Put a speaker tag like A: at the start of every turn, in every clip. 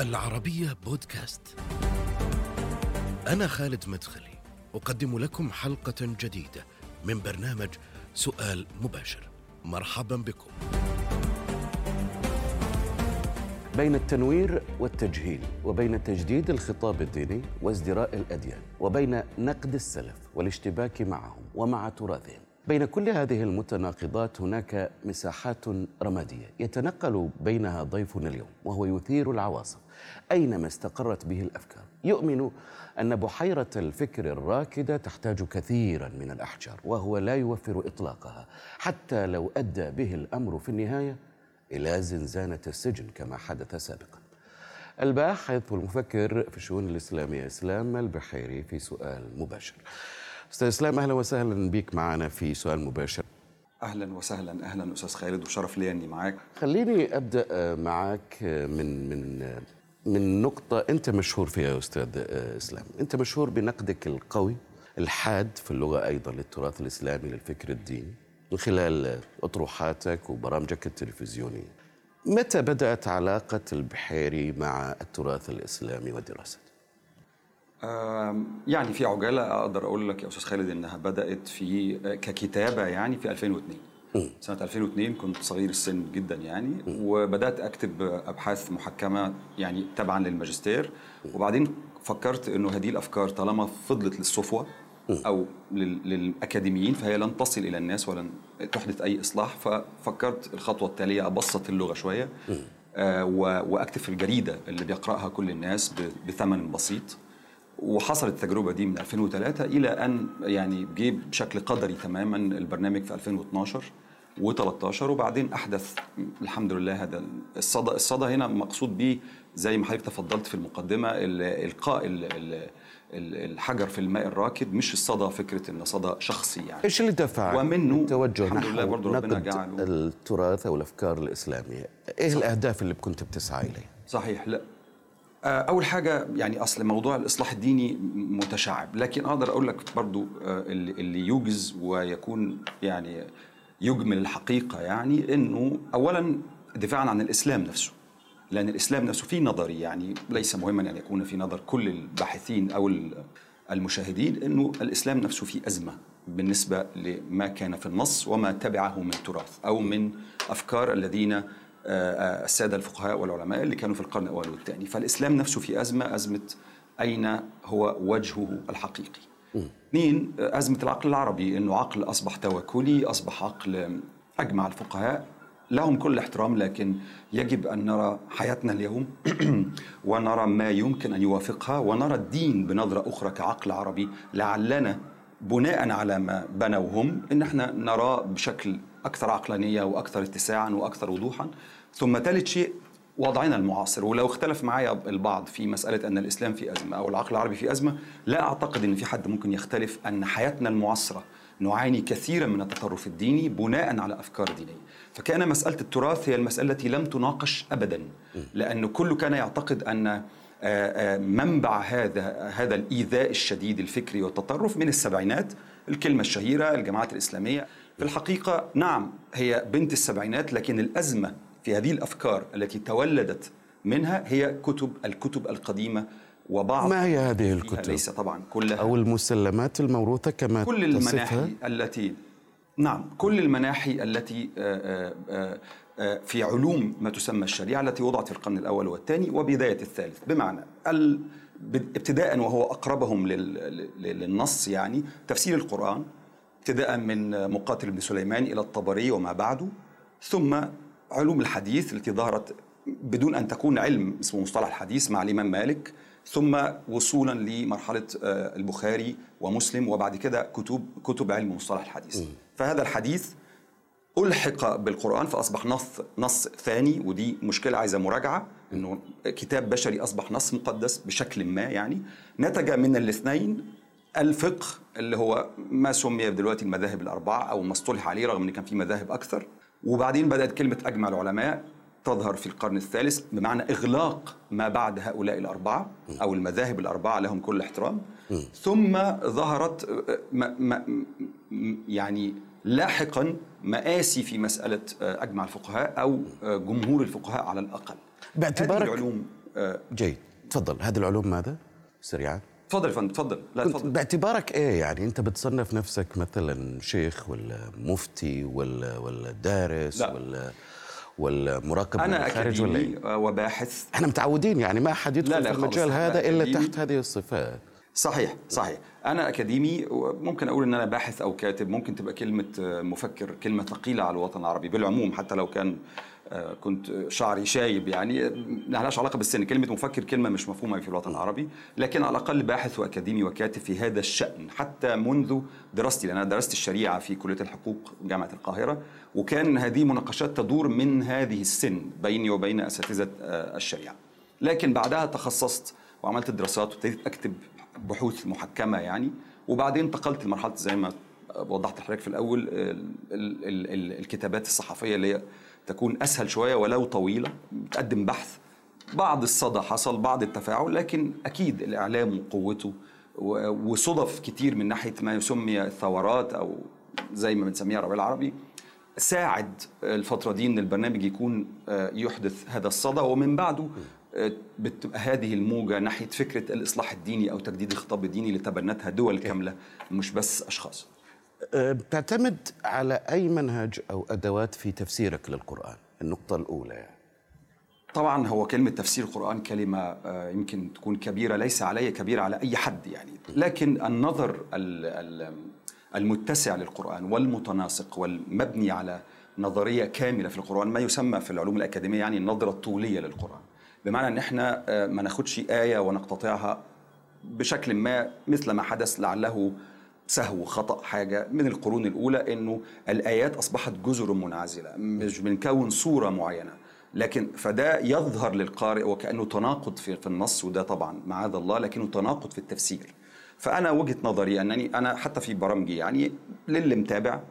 A: العربية بودكاست. أنا خالد مدخلي أقدم لكم حلقة جديدة من برنامج سؤال مباشر. مرحبا بكم.
B: بين التنوير والتجهيل، وبين تجديد الخطاب الديني وازدراء الأديان، وبين نقد السلف والاشتباك معهم ومع تراثهم، بين كل هذه المتناقضات هناك مساحات رمادية يتنقل بينها ضيفنا اليوم، وهو يثير العواصف أينما استقرت به الأفكار. يؤمن أن بحيرة الفكر الراكدة تحتاج كثيرا من الأحجار، وهو لا يوفر إطلاقها حتى لو أدى به الأمر في النهاية إلى زنزانة السجن كما حدث سابقا. الباحث والمفكر في الشؤون الإسلامية إسلام البحيري في سؤال مباشر. أستاذ إسلام، أهلا وسهلا بك معنا في سؤال مباشر.
C: أهلا وسهلا. أهلا أستاذ خالد، وشرف لي أني معك.
B: خليني أبدأ معك من نقطة أنت مشهور فيها يا أستاذ إسلام. أنت مشهور بنقدك القوي الحاد في اللغة أيضا للتراث الإسلامي للفكر الديني من خلال أطروحاتك وبرامجك التلفزيونية. متى بدأت علاقة البحيري مع التراث الإسلامي ودراسته؟
C: يعني في عجالة أقدر أقول لك يا أستاذ خالد إنها بدأت في ككتابة يعني في 2002. سنة 2002 كنت صغير السن جدا يعني، وبدأت أكتب أبحاث محكمة يعني تبعا للماجستير. وبعدين فكرت إنه هذه الأفكار طالما فضلت للصفوة أو للأكاديميين فهي لن تصل إلى الناس ولن تحدث أي إصلاح. ففكرت الخطوة التالية أبسط اللغة شوية وأكتب في الجريدة اللي بيقرأها كل الناس بثمن بسيط. وحصلت التجربة دي من 2003 إلى أن يعني جيب بشكل قدري تماما البرنامج في 2012 و13. وبعدين أحدث الحمد لله هذا الصدى هنا مقصود به زي ما حضرتك تفضلت في المقدمة إلقاء الحجر في الماء الراكد، مش الصدى فكرة إن صدى شخصي يعني.
B: إيش اللي دفع
C: ومنه
B: توجه
C: الحمد لله برضو ربنا
B: نقد
C: جعله
B: التراث أو الأفكار الإسلامية؟ إيه الأهداف اللي كنت بتسعى إليها؟
C: صحيح. لا، أول حاجة يعني أصل موضوع الإصلاح الديني متشعب، لكن أقدر أقول لك برضو اللي يوجز ويكون يعني يجمل الحقيقة يعني إنه أولا دفاعا عن الإسلام نفسه، لأن الإسلام نفسه في نظري يعني ليس مهما أن يكون في نظر كل الباحثين أو المشاهدين إنه الإسلام نفسه في أزمة بالنسبة لما كان في النص وما تبعه من تراث أو من أفكار الذين السادة الفقهاء والعلماء اللي كانوا في القرن الأول والثاني. فالإسلام نفسه في أزمة أين هو وجهه الحقيقي. اثنين، أزمة العقل العربي، إنه عقل أصبح توكلي، أصبح عقل أجمع الفقهاء لهم كل احترام، لكن يجب أن نرى حياتنا اليوم ونرى ما يمكن أن يوافقها، ونرى الدين بنظرة أخرى كعقل عربي، لعلنا بناء على ما بنوا هم إن احنا نرى بشكل أكثر عقلانية وأكثر اتساعا وأكثر وضوحا. ثم ثالث شيء وضعنا المعاصر، ولو اختلف معايا البعض في مسألة أن الإسلام في أزمة أو العقل العربي في أزمة، لا أعتقد أن في حد ممكن يختلف أن حياتنا المعاصرة نعاني كثيرا من التطرف الديني بناء على أفكار دينية. فكان مسألة التراث هي المسألة التي لم تناقش أبدا، لأنه كله كان يعتقد أن منبع هذا الإيذاء الشديد الفكري والتطرف من السبعينات. الكلمة الشهيرة الجماعات الإسلامية في الحقيقة نعم هي بنت السبعينات، لكن الأزمة في هذه الأفكار التي تولدت منها هي الكتب القديمة. وبعض
B: ما هي هذه الكتب؟
C: ليس طبعا كلها،
B: أو المسلمات الموروثة كما
C: كل المناحي التي كل المناحي التي في علوم ما تسمى الشريعة التي وضعت في القرن الأول والثاني وبداية الثالث، بمعنى ابتداء وهو أقربهم للنص يعني تفسير القرآن، ابتداء من مقاتل بن سليمان إلى الطبري وما بعده، ثم علوم الحديث التي ظهرت بدون أن تكون علم اسمه مصطلح الحديث مع الإمام مالك، ثم وصولا لمرحلة البخاري ومسلم، وبعد كده كتب علم مصطلح الحديث. فهذا الحديث ألحق بالقرآن فأصبح نص ثاني، ودي مشكلة عايزة مراجعة، إنه كتاب بشري أصبح نص مقدس بشكل ما يعني. نتج من الاثنين الفقه اللي هو ما سمي دلوقتي المذاهب الأربعة أو ما اصطلح عليه رغم أن كان في مذاهب أكثر. وبعدين بدأت كلمة أجمع العلماء تظهر في القرن الثالث بمعنى إغلاق ما بعد هؤلاء الأربعة أو المذاهب الأربعة لهم كل احترام. ثم ظهرت يعني لاحقا مآسي في مسألة أجمع الفقهاء أو جمهور الفقهاء على الأقل.
B: باعتبارك جيد، تفضل. هذه العلوم ماذا؟ سريعا.
C: تفضل يا فندم، تفضل. لا تفضل.
B: باعتبارك ايه يعني انت بتصنف نفسك مثلا شيخ ولا مفتي ولا دارس ولا مراقب من الخارج ولا
C: أكاديمي وباحث.
B: احنا متعودين يعني ما حد يدخل في المجال هذا الا تحت هذه الصفات.
C: صحيح. أنا أكاديمي، وممكن أقول إن أنا باحث أو كاتب. ممكن تبقى كلمة مفكر كلمة ثقيلة على الوطن العربي بالعموم، حتى لو كان كنت شعري شايب، يعني ما لهاش علاقة بالسن. كلمة مفكر كلمة مش مفهومة في الوطن العربي، لكن على الأقل باحث وأكاديمي وكاتب في هذا الشأن حتى منذ دراستي، لأن أنا درست الشريعة في كلية الحقوق جامعة القاهرة، وكان هذه مناقشات تدور من هذه السن بيني وبين أساتذة الشريعة. لكن بعدها تخصصت وعملت دراسات وابتديت أكتب بحوث محكمة يعني، وبعدين انتقلت لمرحلة زي ما وضحت لحضرتك في الأول الكتابات الصحفية اللي هي تكون أسهل شوية ولو طويلة، بتقدم بحث، بعض الصدى حصل، بعض التفاعل، لكن أكيد الإعلام وقوته وصدف كتير من ناحية ما يسمى الثورات أو زي ما بنسميها الربيع العربي ساعد الفترة دي إن البرنامج يكون يحدث هذا الصدى، ومن بعده بتبقى هذه الموجة ناحية فكرة الإصلاح الديني أو تجديد الخطاب الديني اللي تبنتها دول كاملة مش بس أشخاص.
B: بتعتمد على أي منهج أو أدوات في تفسيرك للقرآن؟ النقطة الأولى يعني.
C: طبعا هو كلمة تفسير القرآن كلمة يمكن تكون كبيرة، ليس علي كبيرة على أي حد يعني، لكن النظر المتسع للقرآن والمتناسق والمبني على نظرية كاملة في القرآن، ما يسمى في العلوم الأكاديمية يعني النظرة الطولية للقرآن، بمعنى أن احنا ما ناخدش آية ونقتطعها بشكل ما مثل ما حدث لعله سهو خطأ حاجة من القرون الأولى، أنه الآيات أصبحت جزر منعزلة، مش بنكون صورة معينة، لكن فده يظهر للقارئ وكأنه تناقض في النص، وده طبعا معاذ الله لكنه تناقض في التفسير. فأنا وجهة نظري أنني أنا حتى في برامجي يعني للي متابع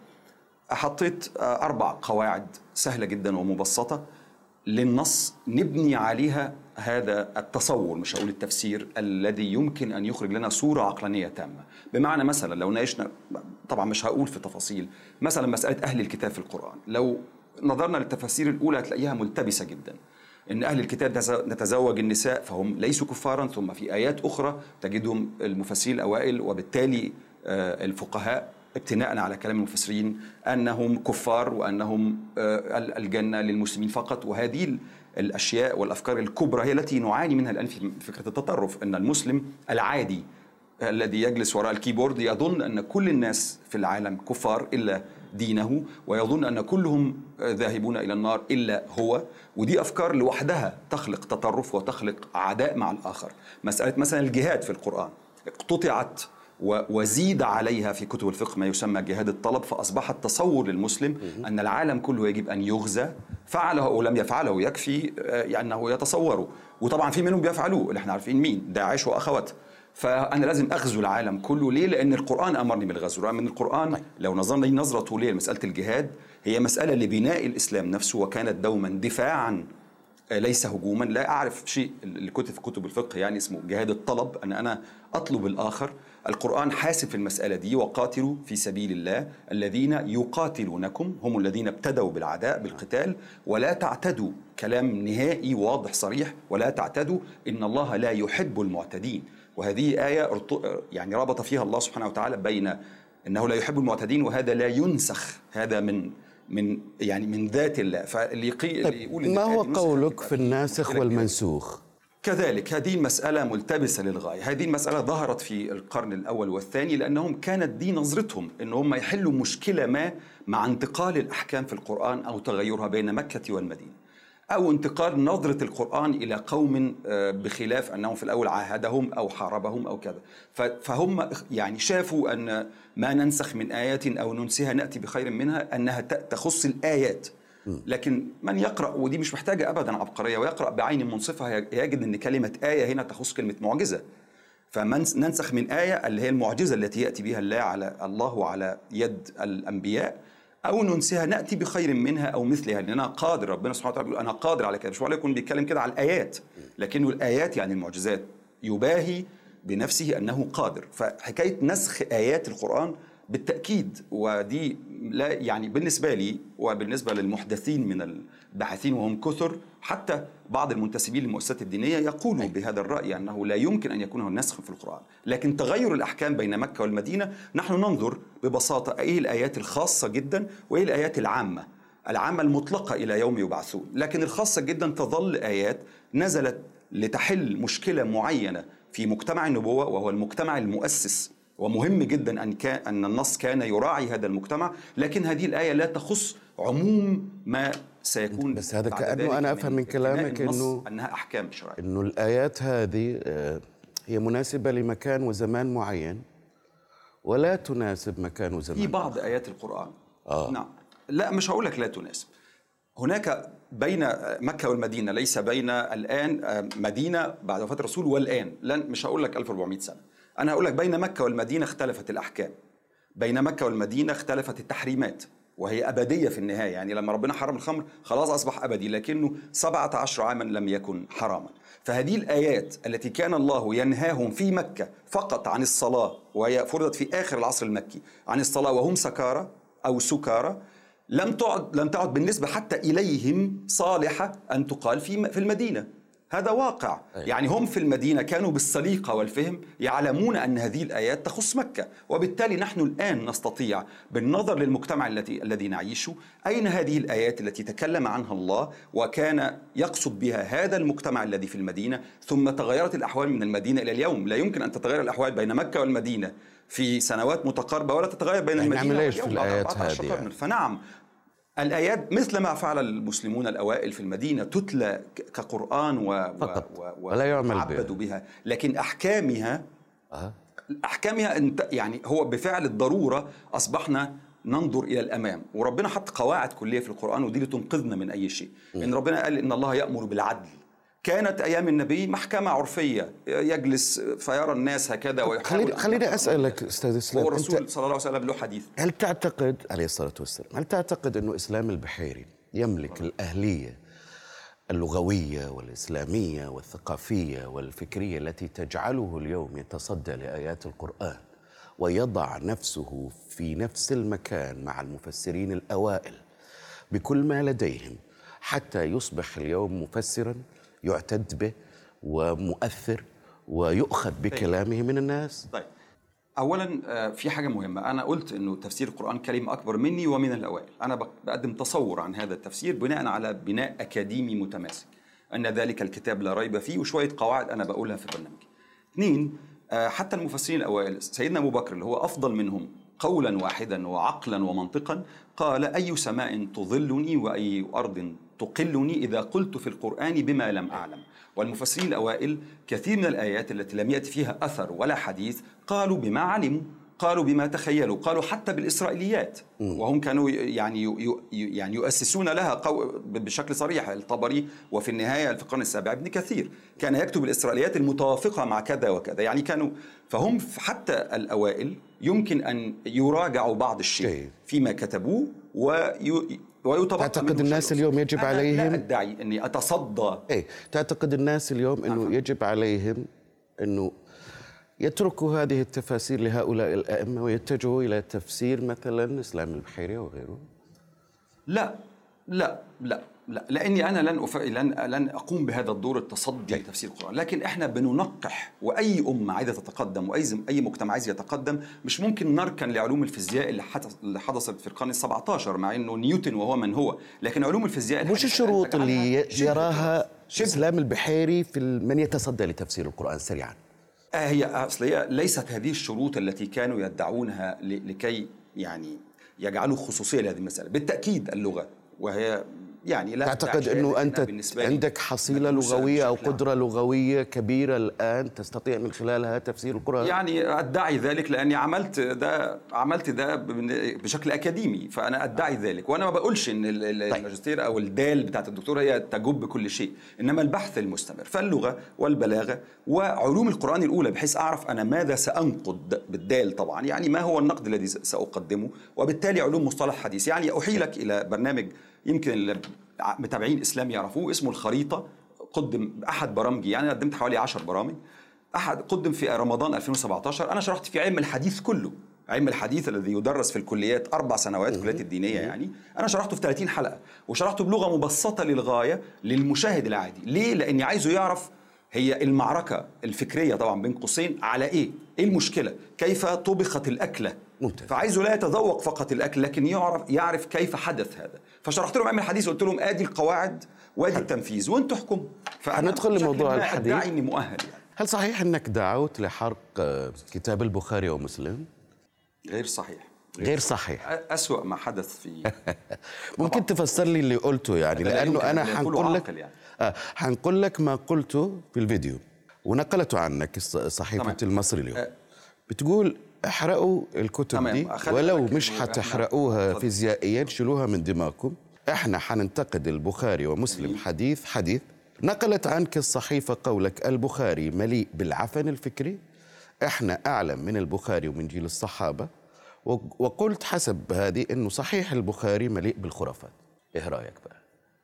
C: حطيت 4 قواعد سهلة جدا ومبسطة للنص نبني عليها هذا التصور، مش هقول التفسير، الذي يمكن أن يخرج لنا صورة عقلانية تامة. بمعنى مثلا لو ناقشنا، طبعا مش هقول في تفاصيل، مثلا مسألة أهل الكتاب في القرآن، لو نظرنا للتفاسير الأولى هتلاقيها ملتبسة جدا، إن أهل الكتاب نتزوج النساء فهم ليسوا كفارا، ثم في آيات أخرى تجدهم المفسرين الأوائل وبالتالي الفقهاء ابتناء على كلام المفسرين أنهم كفار وأنهم الجنة للمسلمين فقط. وهذه الأشياء والأفكار الكبرى هي التي نعاني منها الآن في فكرة التطرف، أن المسلم العادي الذي يجلس وراء الكيبورد يظن أن كل الناس في العالم كفار إلا دينه، ويظن أن كلهم ذاهبون إلى النار إلا هو، ودي أفكار لوحدها تخلق تطرف وتخلق عداء مع الآخر. مسألة مثلا الجهاد في القرآن اقتطعت وزيد عليها في كتب الفقه ما يسمى جهاد الطلب، فأصبح تصور للمسلم أن العالم كله يجب أن يغزى، فعله أو لم يفعله يكفي أنه يتصوره، وطبعا في منهم بيفعلوه اللي احنا عارفين مين، داعش وأخوات. فأنا لازم أغزو العالم كله. ليه؟ لأن القرآن أمرني بالغزو. من القرآن لو نظرنا دي نظرة طولية لمسألة الجهاد، هي مسألة لبناء الإسلام نفسه، وكانت دوما دفاعا ليس هجوما. لا أعرف شيء اللي كتب في كتب الفقه يعني اسمه جهاد الطلب، أنا أطلب الآخر. القرآن حاسب في المسألة دي، وقاتلوا في سبيل الله الذين يقاتلونكم، هم الذين ابتدوا بالعداء بالقتال، ولا تعتدوا، كلام نهائي واضح صريح، ولا تعتدوا إن الله لا يحب المعتدين. وهذه آية يعني ربط فيها الله سبحانه وتعالى بين أنه لا يحب المعتدين وهذا لا ينسخ، هذا من ذات الله. فاللي يقول
B: ما هو قولك في الناسخ والمنسوخ؟
C: كذلك هذه المسألة ملتبسة للغاية. هذه المسألة ظهرت في القرن الأول والثاني لأنهم كانت دي نظرتهم، أنهم يحلوا مشكلة ما مع انتقال الأحكام في القرآن أو تغيرها بين مكة والمدينة، أو انتقال نظرة القرآن إلى قوم بخلاف أنهم في الأول عاهدهم أو حاربهم أو كذا. فهم يعني شافوا أن ما ننسخ من آيات أو ننسها نأتي بخير منها، أنها تخص الآيات. لكن من يقرأ، ودي مش محتاجة أبدا عبقرية، ويقرأ بعين منصفة يجد أن كلمة آية هنا تخص كلمة معجزة. فمن ننسخ من آية اللي هي المعجزة التي يأتي بها الله على يد الأنبياء، أو ننسها نأتي بخير منها أو مثلها، لأننا قادر. ربنا سبحانه وتعالى يقول أنا قادر على كده، مش معقول يكون بيتكلم كده على الآيات، لكنه الآيات يعني المعجزات يباهي بنفسه أنه قادر. فحكاية نسخ آيات القرآن بالتأكيد، ودي لا يعني بالنسبة لي وبالنسبة للمحدثين من الباحثين وهم كثر، حتى بعض المنتسبين للمؤسسات الدينية يقولوا بهذا الرأي أنه لا يمكن أن يكون هناك نسخ في القرآن. لكن تغير الأحكام بين مكة والمدينة نحن ننظر ببساطة إيه الآيات الخاصة جدا وإيه الآيات العامة المطلقة إلى يوم يبعثون. لكن الخاصة جدا تظل آيات نزلت لتحل مشكلة معينة في مجتمع النبوة، وهو المجتمع المؤسس، ومهم جدا أن النص كان يراعي هذا المجتمع. لكن هذه الآية لا تخص عموم ما سيكون.
B: بس هذا كأنه أنا أفهم من كلامك
C: أنها أحكام شرعية،
B: أنه الآيات هذه هي مناسبة لمكان وزمان معين ولا تناسب مكان وزمان.
C: في بعض آيات القرآن نعم، لا مش هقول لك لا تناسب. هناك بين مكة والمدينة، ليس بين الآن مدينة بعد وفاة الرسول والآن، مش هقول لك 1400 سنة، أنا هقول لك بين مكة والمدينة اختلفت الأحكام، بين مكة والمدينة اختلفت التحريمات، وهي أبدية في النهاية. يعني لما ربنا حرم الخمر خلاص أصبح أبدي، لكنه 17 عاما لم يكن حراما. فهذه الآيات التي كان الله ينهاهم في مكة فقط عن الصلاة، وهي فرضت في آخر العصر المكي، عن الصلاة وهم سكارى أو سكارى، لم تعد بالنسبة حتى إليهم صالحة أن تقال في المدينة. هذا واقع. يعني هم في المدينة كانوا بالسليقة والفهم يعلمون أن هذه الآيات تخص مكة، وبالتالي نحن الآن نستطيع بالنظر للمجتمع الذي نعيشه أين هذه الآيات التي تكلم عنها الله وكان يقصد بها هذا المجتمع الذي في المدينة، ثم تغيرت الأحوال من المدينة إلى اليوم. لا يمكن أن تتغير الأحوال بين مكة والمدينة في سنوات متقاربة ولا تتغير بين المدينة
B: واليوم في الآيات هذه يعني.
C: فنعم، الآيات مثل ما فعل المسلمون الأوائل في المدينة تتلى كقرآن
B: ولا يعمل
C: بها، لكن أحكامها يعني هو بفعل الضرورة أصبحنا ننظر إلى الأمام، وربنا حط قواعد كلية في القرآن ودي لتنقذنا من أي شيء. إن ربنا قال إن الله يأمر بالعدل. كانت أيام النبي محكمة عرفية، يجلس فيرى الناس هكذا ويحاول.
B: خليني أسألك أستاذ إسلام،
C: هو الرسول صلى الله عليه وسلم له حديث.
B: هل تعتقد عليه الصلاة والسلام، هل تعتقد أنه إسلام البحيري يملك الأهلية اللغوية والإسلامية والثقافية والفكرية التي تجعله اليوم يتصدى لآيات القرآن ويضع نفسه في نفس المكان مع المفسرين الأوائل بكل ما لديهم حتى يصبح اليوم مفسراً يعتد به ومؤثر ويؤخذ بكلامه من الناس؟
C: طيب، أولا في حاجة مهمة. أنا قلت أنه تفسير القرآن كلمة أكبر مني ومن الأوائل. أنا بقدم تصور عن هذا التفسير بناء على بناء أكاديمي متماسك، أن ذلك الكتاب لا ريب فيه، وشوية قواعد أنا بقولها في برنامجي. 2، حتى المفسرين الأوائل سيدنا أبو بكر اللي هو أفضل منهم قولا واحدا وعقلا ومنطقا قال: أي سماء تظلني وأي أرض تقلني إذا قلت في القرآن بما لم أعلم. والمفسرين الأوائل كثير من الآيات التي لم يأتي فيها أثر ولا حديث قالوا بما علموا، قالوا بما تخيلوا، قالوا حتى بالإسرائيليات، وهم كانوا يعني يؤسسون لها بشكل صريح. الطبري وفي النهاية في القرن السابع ابن كثير كان يكتب الإسرائيليات المتوافقة مع كذا وكذا. يعني كانوا فهم حتى الأوائل يمكن أن يراجعوا بعض الشيء فيما كتبوه ويطبق.
B: تعتقد الناس اليوم يجب عليهم،
C: لا أدعي أني أتصدى،
B: تعتقد الناس اليوم أنه يجب عليهم أنه يتركوا هذه التفاسير لهؤلاء الأئمة ويتجهوا إلى تفسير مثلا إسلام البحيري وغيره؟
C: لا لا لا لا، لأني أنا لن أقوم بهذا الدور التصدي لتفسير القرآن. لكن إحنا بننقح، وأي أمة عايزة تتقدم وأي مجتمع عايز يتقدم مش ممكن نركن لعلوم الفيزياء اللي حدثت في القرن ال17 مع إنه نيوتن وهو من هو. لكن علوم الفيزياء
B: مش الشروط اللي يراها إسلام البحيري في من يتصدى لتفسير القرآن سريعا؟
C: هي أصلية ليست هذه الشروط التي كانوا يدعونها لكي يعني يجعلوا خصوصية لهذه المسألة. بالتأكيد اللغة، وهي يعني لا
B: تعتقد أنه أنت عندك حصيلة لغوية أو قدرة لغوية كبيرة الآن تستطيع من خلالها تفسير القرآن؟
C: يعني أدعي ذلك لأني عملت ده بشكل أكاديمي، فأنا أدعي ذلك. وأنا ما بقولش إن الماجستير أو الدال بتاعت الدكتور هي تجب كل شيء، إنما البحث المستمر فاللغة والبلاغة وعلوم القرآن الأولى، بحيث أعرف أنا ماذا سأنقد بالدال طبعا، يعني ما هو النقد الذي سأقدمه، وبالتالي علوم مصطلح حديث. يعني أحيلك إلى برنامج يمكن المتابعين إسلام يعرفوه، اسمه الخريطة، قدم أحد برامجي، يعني قدمت حوالي 10 برامج، قدم في رمضان 2017. أنا شرحت في علم الحديث كله، علم الحديث الذي يدرس في الكليات 4 سنوات الكليات الدينية يعني، أنا شرحته في 30 حلقة وشرحته بلغة مبسطة للغاية للمشاهد العادي. ليه؟ لأني عايزه يعرف هي المعركة الفكرية طبعا بين قوسين على إيه المشكلة، كيف طبخت الأكلة. فعايزه لا يتذوق فقط الأكل لكن يعرف كيف حدث هذا. فشرحت لهم علم الحديث وقلت لهم آدي القواعد وآدي التنفيذ وأنتوا احكموا.
B: فندخل لموضوع الحديث.
C: أدعي إني مؤهل يعني.
B: هل صحيح أنك دعوت لحرق كتاب البخاري ومسلم؟
C: غير صحيح.
B: غير صحيح.
C: أسوأ ما حدث في
B: ممكن تفسر لي اللي قلته يعني، لأنه أنا حنقول لك ما قلته في الفيديو ونقلته عنك صحيفة المصري اليوم. بتقول احرقوا الكتب دي، ولو مش حتحرقوها فيزيائيا شيلوها من دماغكم، احنا حننتقد البخاري ومسلم حديث. نقلت عنك الصحيفة قولك البخاري مليء بالعفن الفكري، احنا أعلم من البخاري ومن جيل الصحابة، وقلت حسب هذه انه صحيح البخاري مليء بالخرافات. ايه رايك بقى؟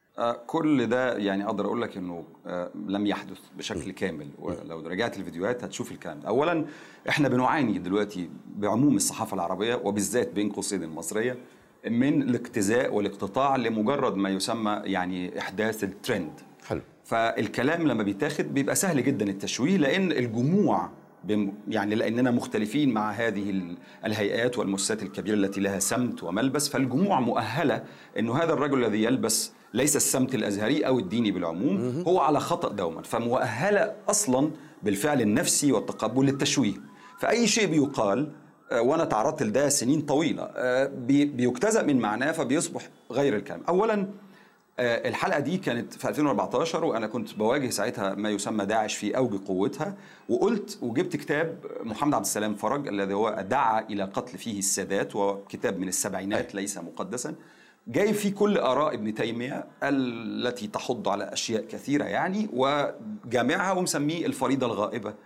C: كل ده يعني اقدر اقول لك انه لم يحدث بشكل كامل، ولو رجعت الفيديوهات هتشوف الكلام ده. اولا احنا بنعاني دلوقتي بعموم الصحافه العربيه وبالذات بين قوسين المصريه من الاجتزاء والاقتطاع لمجرد ما يسمى يعني احداث الترند.
B: حلو.
C: فالكلام لما بيتاخد بيبقى سهل جدا التشويه، لان الجموع يعني لأننا مختلفين مع هذه الهيئات والمؤسسات الكبيرة التي لها سمت وملبس، فالجموع مؤهلة أنه هذا الرجل الذي يلبس ليس السمت الأزهري أو الديني بالعموم هو على خطأ دوما، فمؤهلة أصلا بالفعل النفسي والتقبل للتشويه. فأي شيء بيقال وأنا تعرضت لده سنين طويلة بيجتزأ من معناه فبيصبح غير الكلام. أولا الحلقة دي كانت في 2014 وأنا كنت بواجه ساعتها ما يسمى داعش في أوج قوتها، وقلت وجبت كتاب محمد عبد السلام فرج الذي هو دعا إلى قتل فيه السادات، وكتاب من السبعينات ليس مقدسا، جايب فيه كل آراء ابن تيمية التي تحض على أشياء كثيرة يعني، وجامعها ومسميه الفريضة الغائبة،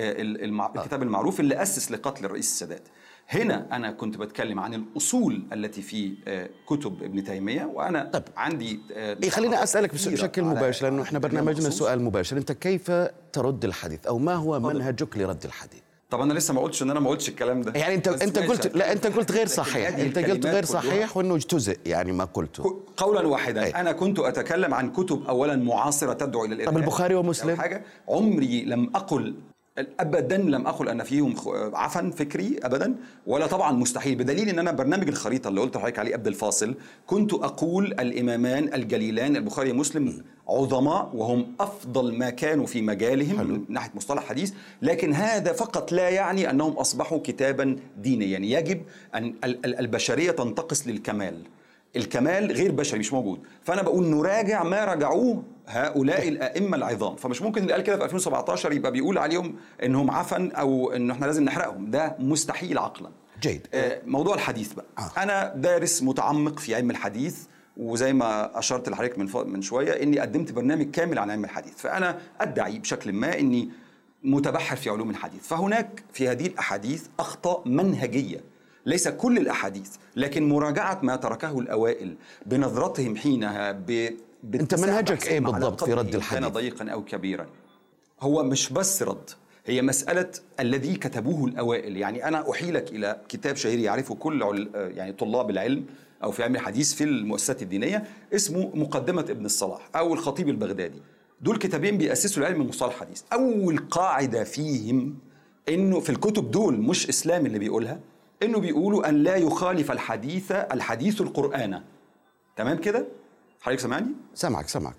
C: الكتاب المعروف اللي أسس لقتل الرئيس السادات. هنا أنا كنت بتكلم عن الأصول التي في كتب ابن تيمية، وأنا عندي
B: خلينا أسألك بشكل مباشر لأنه إحنا برنامجنا سؤال مباشر. أنت كيف ترد الحديث أو ما هو منهجك لرد الحديث؟
C: طب أنا لسه ما قلتش إن أنا ما قلتش الكلام ده
B: يعني. أنت قلت لا، أنت قلت غير صحيح، أنت قلت غير صحيح وإنه اجتزئ يعني ما قلته
C: قولا واحدا. أنا كنت أتكلم عن كتب أولا معاصرة تدعو إلى الإرهاب.
B: طب البخاري ومسلم
C: حاجة عمري لم أقل ابدا، لم اقل ان فيهم عفن فكري ابدا، ولا طبعا مستحيل، بدليل ان انا برنامج الخريطه اللي قلت لحضرتك عليه قبل الفاصل كنت اقول الامامان الجليلان البخاري ومسلم عظماء وهم افضل ما كانوا في مجالهم من ناحيه مصطلح حديث، لكن هذا فقط لا يعني انهم اصبحوا كتابا دينيا. يعني يجب ان البشريه تنتقص للكمال، الكمال غير بشري مش موجود. فأنا بقول نراجع ما رجعوه هؤلاء الأئمة العظام، فمش ممكن اللي قال كده في 2017 يبقى بيقول عليهم إنهم عفن أو إن إحنا لازم نحرقهم، ده مستحيل عقلا.
B: جيد.
C: موضوع الحديث بقى. أنا دارس متعمق في علم الحديث، وزي ما أشرت لحضرتك من شوية إني قدمت برنامج كامل عن علم الحديث، فأنا أدعي بشكل ما إني متبحر في علوم الحديث. فهناك في هذه الأحاديث أخطاء منهجية، ليس كل الأحاديث لكن مراجعة ما تركه الأوائل بنظرتهم حينها.
B: أنت منهجك إيه بالضبط في رد الحديث؟
C: كان ضيقا أو كبيرا. هو مش بس رد، هي مسألة الذي كتبوه الأوائل. يعني أنا أحيلك إلى كتاب شهير يعرفه كل يعني طلاب العلم أو في علم الحديث في المؤسسات الدينية، اسمه مقدمة ابن الصلاح أو الخطيب البغدادي. دول كتابين بيأسسوا العلم المصطلح الحديث. أول قاعدة فيهم إنه في الكتب دول مش إسلام اللي بيقولها، إنه بيقولوا أن لا يخالف الحديث القرآن. تمام كده؟ حضرتك سمعني؟
B: سمعك.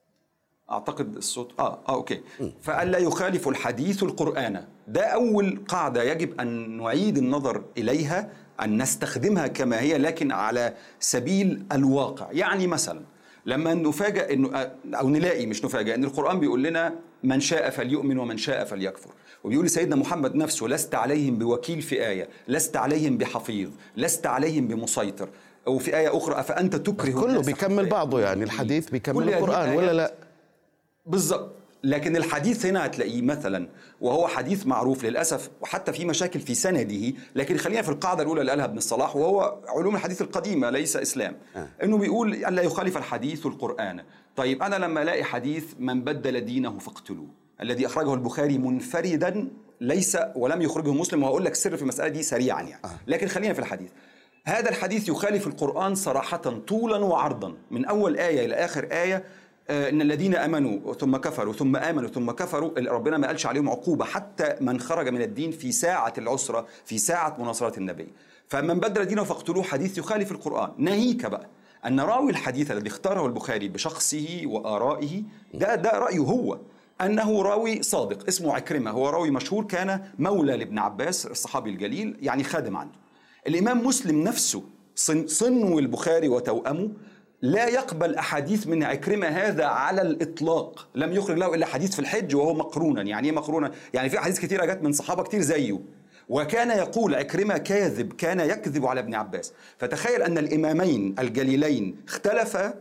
C: أعتقد الصوت أوكي. فأن لا يخالف الحديث القرآن، ده أول قاعدة يجب أن نعيد النظر إليها، أن نستخدمها كما هي لكن على سبيل الواقع. يعني مثلا لما نفاجأ إنه أو نلاقي مش نفاجأ إن القرآن بيقول لنا من شاء فليؤمن ومن شاء فليكفر، وبيقول لسيدنا محمد نفسه لست عليهم بوكيل في آية، لست عليهم بحفيظ، لست عليهم بمسيطر، وفي آية أخرى أفأنت تكره.
B: كله بيكمل بعضه، يعني الحديث بيكمل القرآن ولا لا؟
C: بالضبط. لكن الحديث هنا هتلاقيه مثلا وهو حديث معروف للأسف وحتى في مشاكل في سنده، لكن خلينا في القاعدة الأولى اللي قالها ابن الصلاح وهو علوم الحديث القديمة ليس إسلام، إنه بيقول ألا يخالف الحديث القرآن. طيب أنا لما ألاقي حديث من بدل دينه فاقتلوه، الذي أخرجه البخاري منفردا ليس ولم يخرجه مسلم، وهقول لك السر في المسألة دي سريعا يعني. لكن خلينا في الحديث. هذا الحديث يخالف القرآن صراحة طولا وعرضا من أول آية إلى آخر آية. إن الذين آمنوا ثم كفروا ثم آمنوا ثم كفروا، ربنا ما قالش عليهم عقوبة حتى من خرج من الدين في ساعة العسرة، في ساعة مناصرة النبي. فمن بدل دينه فاقتلوه حديث يخالف القرآن. ناهيك بقى أن راوي الحديث الذي اختاره البخاري بشخصه وآرائه ده رأيه هو، أنه راوي صادق اسمه عكرمة، هو راوي مشهور كان مولى لابن عباس الصحابي الجليل، يعني خادم عنده. الإمام مسلم نفسه صنو البخاري وتوأمه لا يقبل أحاديث من عكرمة هذا على الإطلاق، لم يخرج له إلا حديث في الحج وهو مقرونا. يعني إيه مقرونا؟ يعني في أحاديث كثيرة جت من صحابة كتير زيه، وكان يقول عكرمة كاذب، كان يكذب على ابن عباس. فتخيل أن الإمامين الجليلين اختلفا،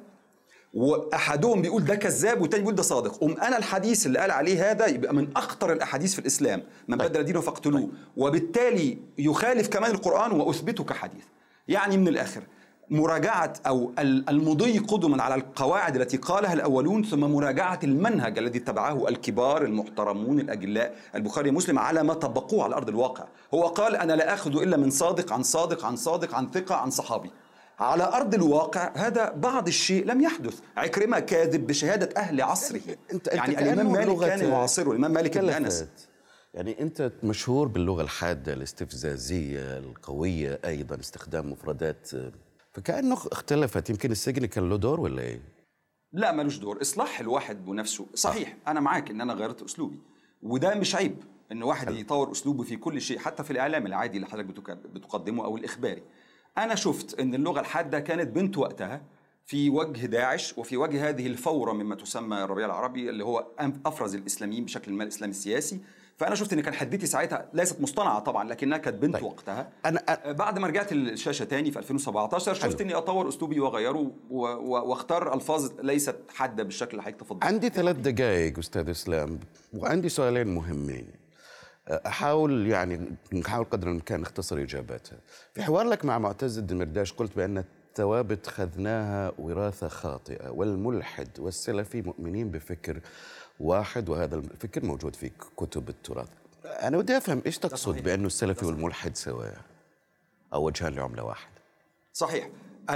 C: وأحدهم بيقول ده كذاب والتاني بيقول ده صادق. أنا الحديث اللي قال عليه هذا يبقى من أخطر الأحاديث في الإسلام، من بدل دينه فاقتلوه، وبالتالي يخالف كمان القرآن وأثبته كحديث. يعني من الآخر مراجعة أو المضي قدما على القواعد التي قالها الأولون، ثم مراجعة المنهج الذي اتبعه الكبار المحترمون الأجلاء البخاري ومسلم على ما طبقوه على أرض الواقع. هو قال أنا لا أخذ إلا من صادق عن صادق عن صادق عن ثقة عن صحابي. على أرض الواقع هذا بعض الشيء لم يحدث. عكرمة كاذب بشهادة أهل عصره. يعني الإمام مالك كان يعاصره، الإمام مالك بن أنس.
B: يعني أنت مشهور باللغة الحادة الاستفزازية القوية، أيضا استخدام مفردات، فكأنه اختلفت. يمكن السجن كان له دور ولا إيه؟
C: لا ملوش دور. إصلاح الواحد بنفسه صحيح. أنا معاك إن أنا غيرت أسلوبي، وده مش عيب إن واحد يطور أسلوبه في كل شيء، حتى في الإعلام العادي اللي حضرتك بتقدمه أو الإخباري. أنا شفت إن اللغة الحادة كانت بنت وقتها في وجه داعش وفي وجه هذه الفورة مما تسمى الربيع العربي، اللي هو أفرز الإسلاميين بشكل ما الإسلام السياسي. فأنا شفت إن كان حدتي ساعتها ليست مصطنعة طبعا، لكنها كانت بنت وقتها. بعد ما رجعت الشاشة تاني في 2017 شفت إني أطور أسلوبي وأغيره واختار ألفاظ ليست حادة بالشكل اللي حضرتك تفضل.
B: عندي 3 دقائق أستاذ إسلام، وعندي سؤالين مهمين. نحاول قدر الإمكان نختصر إجاباتها. في حوار لك مع معتز الدمرداش قلت بأن الثوابت خذناها وراثة خاطئة، والملحد والسلفي مؤمنين بفكر واحد، وهذا الفكر موجود في كتب التراث. أنا بدي أفهم إيش تقصد بأنه السلفي والملحد سواء أو وجهان لعملة واحدة؟
C: صحيح.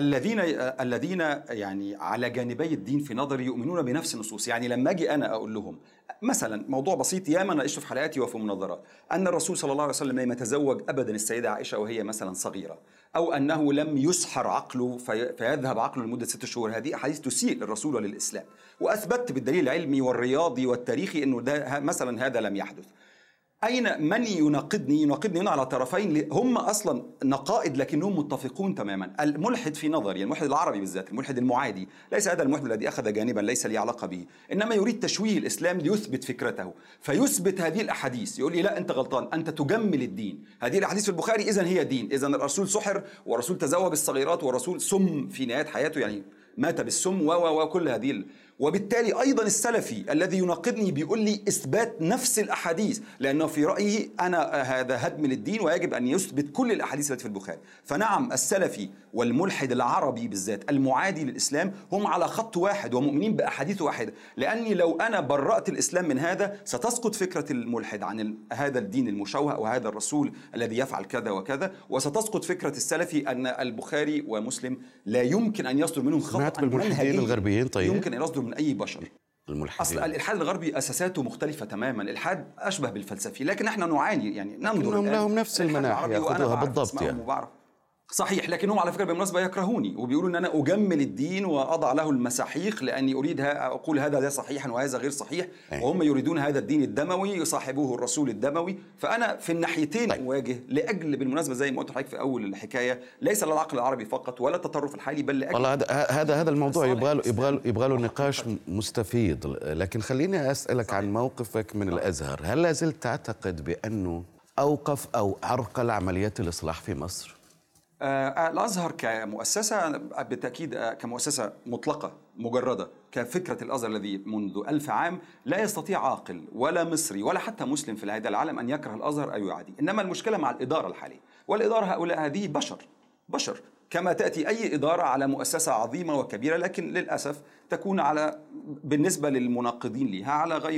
C: الذين يعني على جانبي الدين في نظري يؤمنون بنفس النصوص. يعني لما أجي أنا أقول لهم مثلا موضوع بسيط ياما ناقشته في حلقاتي وفي مناظرات، أن الرسول صلى الله عليه وسلم لم يتزوج أبدا السيدة عائشة وهي مثلا صغيرة، أو أنه لم يسحر عقله فيذهب عقله لمدة 6 شهور، هذه أحاديث تسيء للرسول وللإسلام، وأثبتت بالدليل العلمي والرياضي والتاريخي أنه ده مثلا هذا لم يحدث. أين من يناقضني هنا على طرفين هم أصلا نقائد لكنهم متفقون تماما. الملحد في نظري، الملحد العربي بالذات، الملحد المعادي، ليس هذا الملحد الذي أخذ جانبا ليس لي علاقة به، إنما يريد تشويه الإسلام ليثبت فكرته، فيثبت هذه الأحاديث، يقول لي لا أنت غلطان، أنت تجمل الدين، هذه الأحاديث في البخاري إذن هي دين، إذن الرسول سحر والرسول تزوج الصغيرات والرسول سم في نهاية حياته، يعني مات بالسم وكل هذه وبالتالي أيضا السلفي الذي يناقضني بيقول لي إثبات نفس الأحاديث، لأنه في رأيه أنا هذا هدم للدين ويجب أن يثبت كل الأحاديث التي في البخاري. فنعم السلفي والملحد العربي بالذات المعادي للإسلام هم على خط واحد ومؤمنين بأحاديث واحدة، لأني لو أنا برأت الإسلام من هذا ستسقط فكرة الملحد عن هذا الدين المشوه أو هذا الرسول الذي يفعل كذا وكذا، وستسقط فكرة السلفي أن البخاري ومسلم لا يمكن أن يصدر منهم خطأ
B: بالملحدين الغربيين. طيب
C: يمكن أن يصدر من أي بشر.
B: الملحدين.
C: أصل الإلحاد الغربي أساساته مختلفة تماما، الإلحاد أشبه بالفلسفي، لكن نحن نعاني يعني ننظر
B: لهم نفس المناحية يأخذوها بالضبط يعني.
C: صحيح، لكنهم على فكرة بالمناسبة يكرهوني وبيقولوا أن أنا أجمل الدين وأضع له المساحيق لأني أريد أقول هذا صحيحا وهذا غير صحيح، وهم يريدون هذا الدين الدموي يصاحبوه الرسول الدموي. فأنا في الناحيتين أواجه لأجل بالمناسبة زي ما قلت لحضرتك في أول الحكاية ليس للعقل العربي فقط ولا التطرف الحالي، بل لأجل
B: والله هذا الموضوع يبغى له نقاش مستفيض. لكن خليني أسألك عن موقفك من الأزهر. هل لا زلت تعتقد بأنه أوقف أو عرقل عمليات الإصلاح في مصر؟
C: الأزهر كمؤسسة بالتأكيد كمؤسسة مطلقة مجردة كفكرة الأزهر الذي منذ 1000 عام لا يستطيع عاقل ولا مصري ولا حتى مسلم في هذا العالم أن يكره الأزهر أو يعادي. إنما المشكلة مع الإدارة الحالية، والإدارة هؤلاء هذه بشر كما تأتي أي إدارة على مؤسسة عظيمة وكبيرة، لكن للأسف تكون بالنسبة للمناقضين لها على غير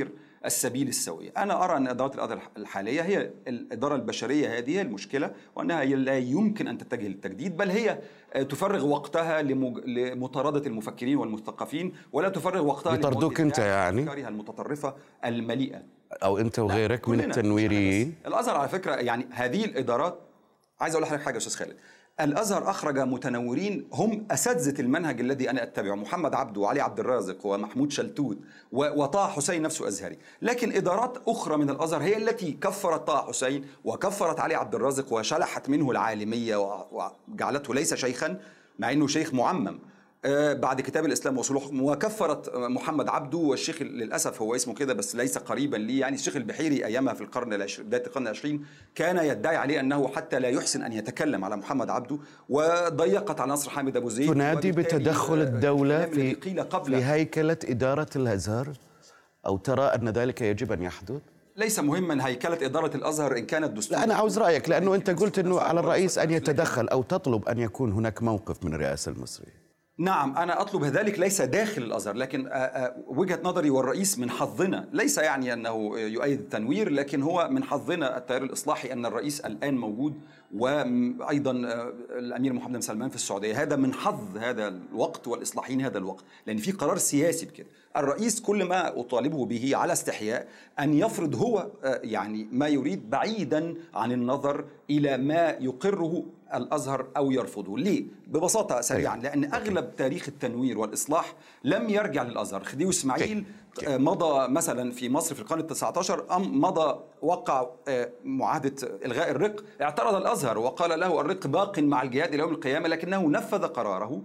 C: السبيل السوي. أنا أرى أن إدارة الأزهر الحالية هي الإدارة البشرية، هذه هي المشكلة، وأنها لا يمكن أن تتجه للتجديد، بل هي تفرغ وقتها لمطاردة المفكرين والمثقفين، ولا تفرغ وقتها
B: يطردوك أنت يعني
C: أفكارها المتطرفة المليئة،
B: أو أنت وغيرك من التنويريين.
C: الأزهر على فكرة يعني هذه الإدارات، عايز أقول لحضرتك حاجة يا أستاذ خالد، الأزهر أخرج متنورين هم أساتذة المنهج الذي أنا أتبعه، محمد عبده وعلي عبد الرازق ومحمود شلتوت وطه حسين نفسه أزهري. لكن إدارات أخرى من الأزهر هي التي كفرت طه حسين وكفرت علي عبد الرازق وشلحت منه العالمية وجعلته ليس شيخا مع أنه شيخ معمم بعد كتاب الإسلام وصول الحكم، وكفرت محمد عبده والشيخ للأسف هو اسمه كده بس ليس قريبا لي، يعني الشيخ البحيري أيامها في بداية القرن العشرين كان يدعي عليه أنه حتى لا يحسن أن يتكلم على محمد عبده، وضيقت على نصر حامد أبو زيد.
B: تنادي بتدخل الدولة في هيكلة إدارة الأزهر، أو ترى أن ذلك يجب أن يحدث؟
C: ليس مهما هيكلة إدارة الأزهر إن كانت دستور.
B: لا، أنا عاوز رأيك، لأنه أنت قلت أنه على الرئيس أن يتدخل أو تطلب أن يكون هناك موقف من الرئاسة المصرية.
C: نعم، أنا أطلب ذلك ليس داخل الأزهر، لكن وجهة نظري والرئيس من حظنا، ليس يعني أنه يؤيد التنوير، لكن هو من حظنا التيار الإصلاحي أن الرئيس الآن موجود، وأيضا الأمير محمد بن سلمان في السعودية. هذا من حظ هذا الوقت والإصلاحيين هذا الوقت، لأن في قرار سياسي بكده. الرئيس كل ما أطالبه به على استحياء أن يفرض هو يعني ما يريد بعيدا عن النظر إلى ما يقره الأزهر أو يرفضه. ليه؟ ببساطة سريعا، لأن أغلب تاريخ التنوير والإصلاح لم يرجع للأزهر. خديوي إسماعيل مضى مثلا في مصر في القرن ال19 مضى وقع معاهدة إلغاء الرق، اعترض الأزهر وقال له الرق باق مع الجهاد إلى يوم القيامة، لكنه نفذ قراره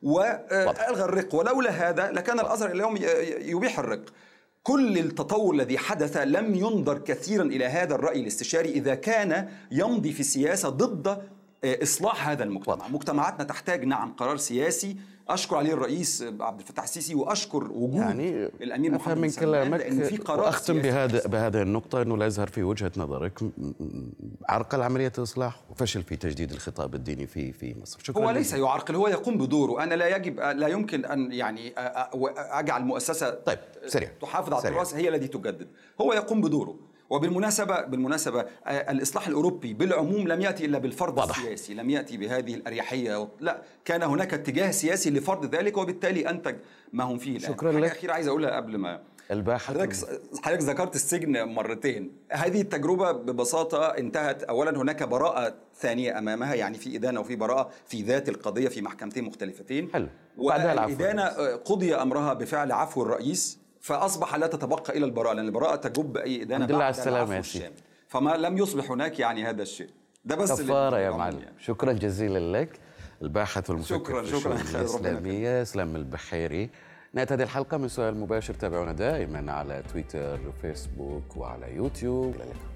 C: وألغى الرق، ولولا هذا لكان الأزهر اليوم يبيح الرق. كل التطور الذي حدث لم ينظر كثيرا إلى هذا الرأي الاستشاري إذا كان يمضي في سياسة ضد إصلاح هذا المجتمع. مجتمعاتنا تحتاج نعم قرار سياسي، أشكر عليه الرئيس عبد الفتاح السيسي، وأشكر وجود يعني الأمير محمد
B: من كلامك. وأختم بهذه النقطة، أنه الأزهر في وجهة نظرك عرقل عملية الإصلاح وفشل في تجديد الخطاب الديني في مصر.
C: شكرا. هو ليس يعرقل، هو يقوم بدوره. أنا لا يمكن أن يعني أجعل مؤسسة تحافظ على التراث هي التي تجدد، هو يقوم بدوره. وبالمناسبة الإصلاح الأوروبي بالعموم لم يأتي إلا بالفرض السياسي، لم يأتي بهذه الأريحية، لا، كان هناك اتجاه سياسي لفرض ذلك، وبالتالي أنتج ما هم فيه الآن.
B: شكرا لك.
C: حاجة أخيرة عايز أقولها قبل ما حضرتك ذكرت السجن مرتين. هذه التجربة ببساطة انتهت، أولا هناك براءة ثانية أمامها، يعني في إدانة وفي براءة في ذات القضية في محكمتين مختلفتين.
B: حلو.
C: والإدانة قضي أمرها بفعل عفو الرئيس، فأصبح لا تتبقى إلى البراءة، لأن البراءة تجب أي إدانة
B: بعد العفو الشامل.
C: فما لم يصبح هناك يعني هذا الشيء ده بس
B: كفارة يا معلم. يعني. شكرا جزيلا لك الباحث والمفكر في الشؤون الإسلامية إسلام البحيري. نهاية هذه الحلقة من سؤال مباشر، تابعونا دائما على تويتر وفيسبوك وعلى يوتيوب. إلى اللقاء.